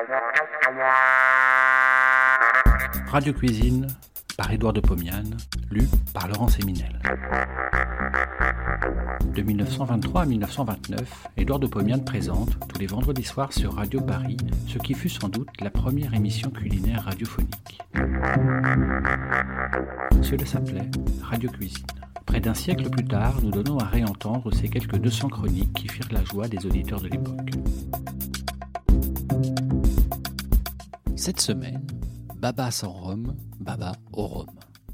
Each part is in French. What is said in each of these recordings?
Radio Cuisine par Édouard de Pomian, lu par Laurent Séminel. De 1923 à 1929, Édouard de Pomian présente, tous les vendredis soirs sur Radio Paris, ce qui fut sans doute la première émission culinaire radiophonique. Cela s'appelait Radio Cuisine. Près d'un siècle plus tard, nous donnons à réentendre ces quelques 200 chroniques qui firent la joie des auditeurs de l'époque. Cette semaine, baba sans rhum, baba au rhum.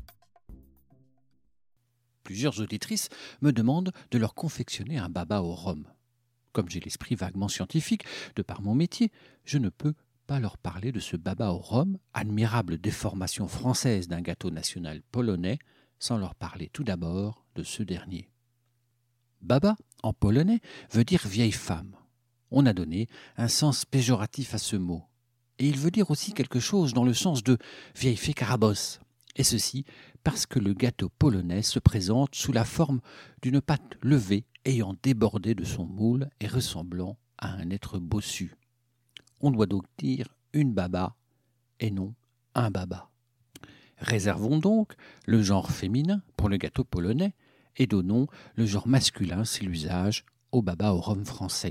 Plusieurs auditrices me demandent de leur confectionner un baba au rhum. Comme j'ai l'esprit vaguement scientifique, de par mon métier, je ne peux pas leur parler de ce baba au rhum, admirable déformation française d'un gâteau national polonais, sans leur parler tout d'abord de ce dernier. Baba, en polonais, veut dire vieille femme. On a donné un sens péjoratif à ce mot. Et il veut dire aussi quelque chose dans le sens de vieille fée carabosse. Et ceci parce que le gâteau polonais se présente sous la forme d'une pâte levée ayant débordé de son moule et ressemblant à un être bossu. On doit donc dire une baba et non un baba. Réservons donc le genre féminin pour le gâteau polonais et donnons le genre masculin, c'est l'usage, au baba au rhum français.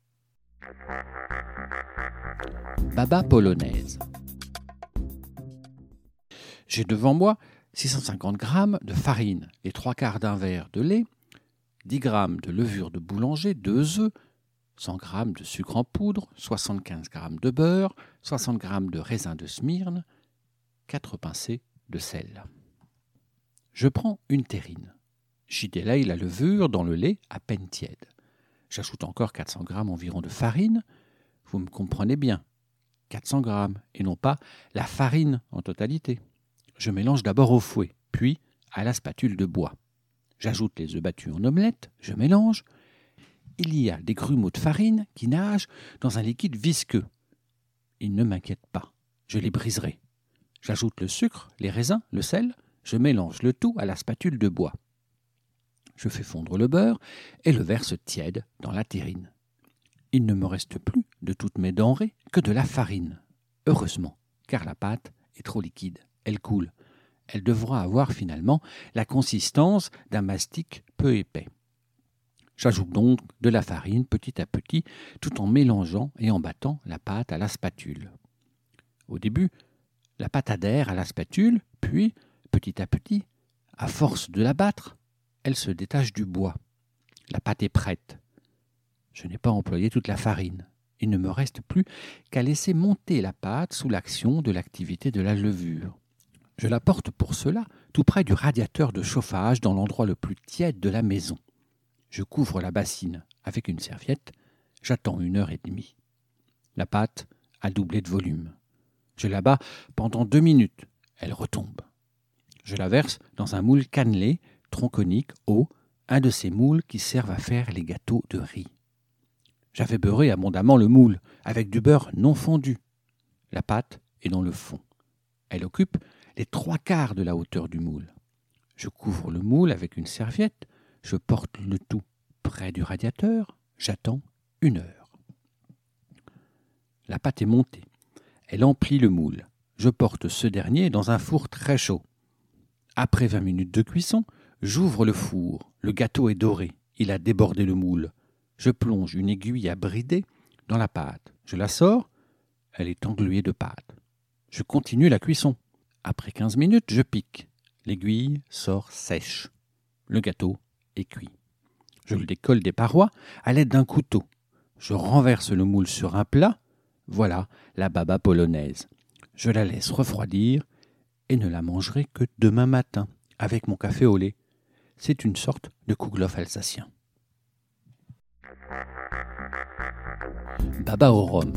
Baba polonaise. J'ai devant moi 650 g de farine et 3/4 d'un verre de lait, 10 g de levure de boulanger, 2 œufs, 100 g de sucre en poudre, 75 g de beurre, 60 g de raisin de Smyrne, 4 pincées de sel. Je prends une terrine. J'y délaye la levure dans le lait à peine tiède. J'ajoute encore 400 g environ de farine. Vous me comprenez bien, 400 g et non pas la farine en totalité. Je mélange d'abord au fouet, puis à la spatule de bois. J'ajoute les œufs battus en omelette, je mélange. Il y a des grumeaux de farine qui nagent dans un liquide visqueux. Ils ne m'inquiètent pas, je les briserai. J'ajoute le sucre, les raisins, le sel, je mélange le tout à la spatule de bois. Je fais fondre le beurre et le verse tiède dans la terrine. Il ne me reste plus de toutes mes denrées que de la farine. Heureusement, car la pâte est trop liquide. Elle coule. Elle devra avoir finalement la consistance d'un mastic peu épais. J'ajoute donc de la farine petit à petit, tout en mélangeant et en battant la pâte à la spatule. Au début, la pâte adhère à la spatule, puis, petit à petit, à force de la battre, elle se détache du bois. La pâte est prête. Je n'ai pas employé toute la farine. Il ne me reste plus qu'à laisser monter la pâte sous l'action de l'activité de la levure. Je la porte pour cela tout près du radiateur de chauffage dans l'endroit le plus tiède de la maison. Je couvre la bassine avec une serviette. J'attends 1h30. La pâte a doublé de volume. Je la bats pendant 2 minutes. Elle retombe. Je la verse dans un moule cannelé, tronconique, haut, un de ces moules qui servent à faire les gâteaux de riz. J'avais beurré abondamment le moule, avec du beurre non fondu. La pâte est dans le fond. Elle occupe les 3/4 de la hauteur du moule. Je couvre le moule avec une serviette, je porte le tout près du radiateur, j'attends 1 heure. La pâte est montée. Elle emplit le moule. Je porte ce dernier dans un four très chaud. Après 20 minutes de cuisson, j'ouvre le four. Le gâteau est doré. Il a débordé le moule. Je plonge une aiguille à brider dans la pâte. Je la sors. Elle est engluée de pâte. Je continue la cuisson. Après 15 minutes, je pique. L'aiguille sort sèche. Le gâteau est cuit. Je le décolle des parois à l'aide d'un couteau. Je renverse le moule sur un plat. Voilà la baba polonaise. Je la laisse refroidir et ne la mangerai que demain matin avec mon café au lait. C'est une sorte de kouglof alsacien. Baba au rhum.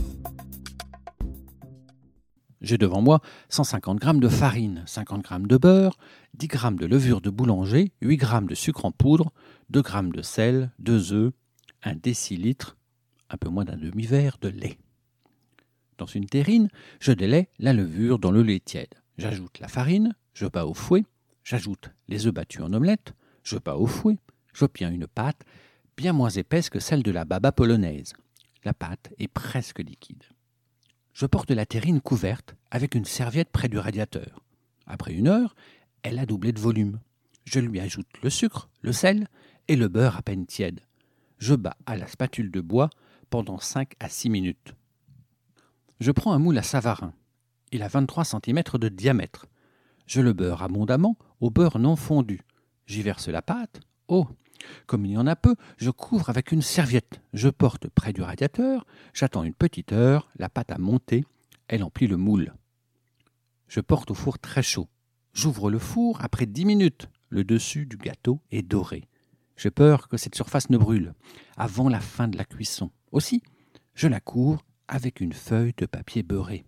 J'ai devant moi 150 g de farine, 50 g de beurre, 10 g de levure de boulanger, 8 g de sucre en poudre, 2 g de sel, 2 œufs, 1 décilitre, un peu moins d'un demi-verre de lait. Dans une terrine, je délaie la levure dans le lait tiède. J'ajoute la farine, je bats au fouet, j'ajoute les œufs battus en omelette, je bats au fouet, j'obtiens une pâte bien moins épaisse que celle de la baba polonaise. La pâte est presque liquide. Je porte la terrine couverte avec une serviette près du radiateur. Après 1 heure, elle a doublé de volume. Je lui ajoute le sucre, le sel et le beurre à peine tiède. Je bats à la spatule de bois pendant 5 à 6 minutes. Je prends un moule à Savarin. Il a 23 cm de diamètre. Je le beurre abondamment au beurre non fondu. J'y verse la pâte. Oh, comme il y en a peu, je couvre avec une serviette. Je porte près du radiateur. J'attends une petite heure. La pâte a monté. Elle emplit le moule. Je porte au four très chaud. J'ouvre le four après 10 minutes. Le dessus du gâteau est doré. J'ai peur que cette surface ne brûle avant la fin de la cuisson. Aussi, je la couvre avec une feuille de papier beurré.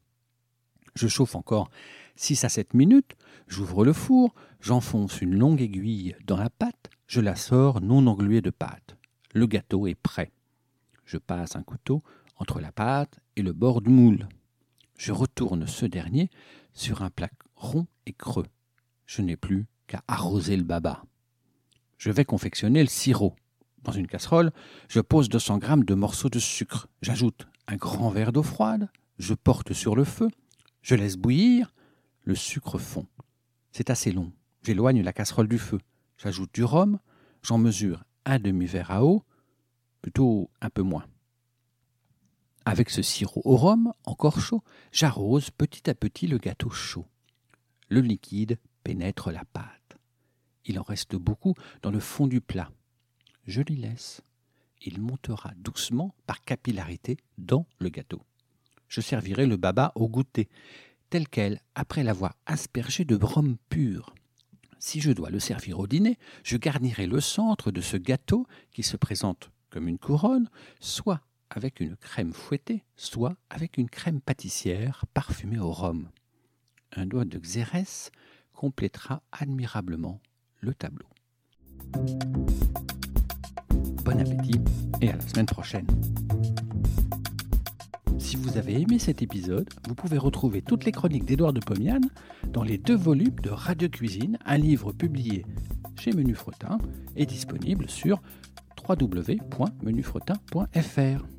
Je chauffe encore 6 à 7 minutes, j'ouvre le four, j'enfonce une longue aiguille dans la pâte, je la sors non engluée de pâte. Le gâteau est prêt. Je passe un couteau entre la pâte et le bord du moule. Je retourne ce dernier sur un plat rond et creux. Je n'ai plus qu'à arroser le baba. Je vais confectionner le sirop. Dans une casserole, je pose 200 g de morceaux de sucre. J'ajoute un grand verre d'eau froide. Je porte sur le feu. Je laisse bouillir. Le sucre fond. C'est assez long. J'éloigne la casserole du feu. J'ajoute du rhum. J'en mesure un demi-verre à eau. Plutôt un peu moins. Avec ce sirop au rhum, encore chaud, j'arrose petit à petit le gâteau chaud. Le liquide pénètre la pâte. Il en reste beaucoup dans le fond du plat. Je l'y laisse. Il montera doucement par capillarité dans le gâteau. Je servirai le baba au goûter, tel quel, après l'avoir aspergé de rhum pur. Si je dois le servir au dîner, je garnirai le centre de ce gâteau qui se présente comme une couronne, soit avec une crème fouettée, soit avec une crème pâtissière parfumée au rhum. Un doigt de xérès complétera admirablement le tableau. Bon appétit et à la semaine prochaine. Si vous avez aimé cet épisode, vous pouvez retrouver toutes les chroniques d'Édouard de Pomian dans les 2 volumes de Radio Cuisine, un livre publié chez Menu Fretin et disponible sur www.menufretin.fr.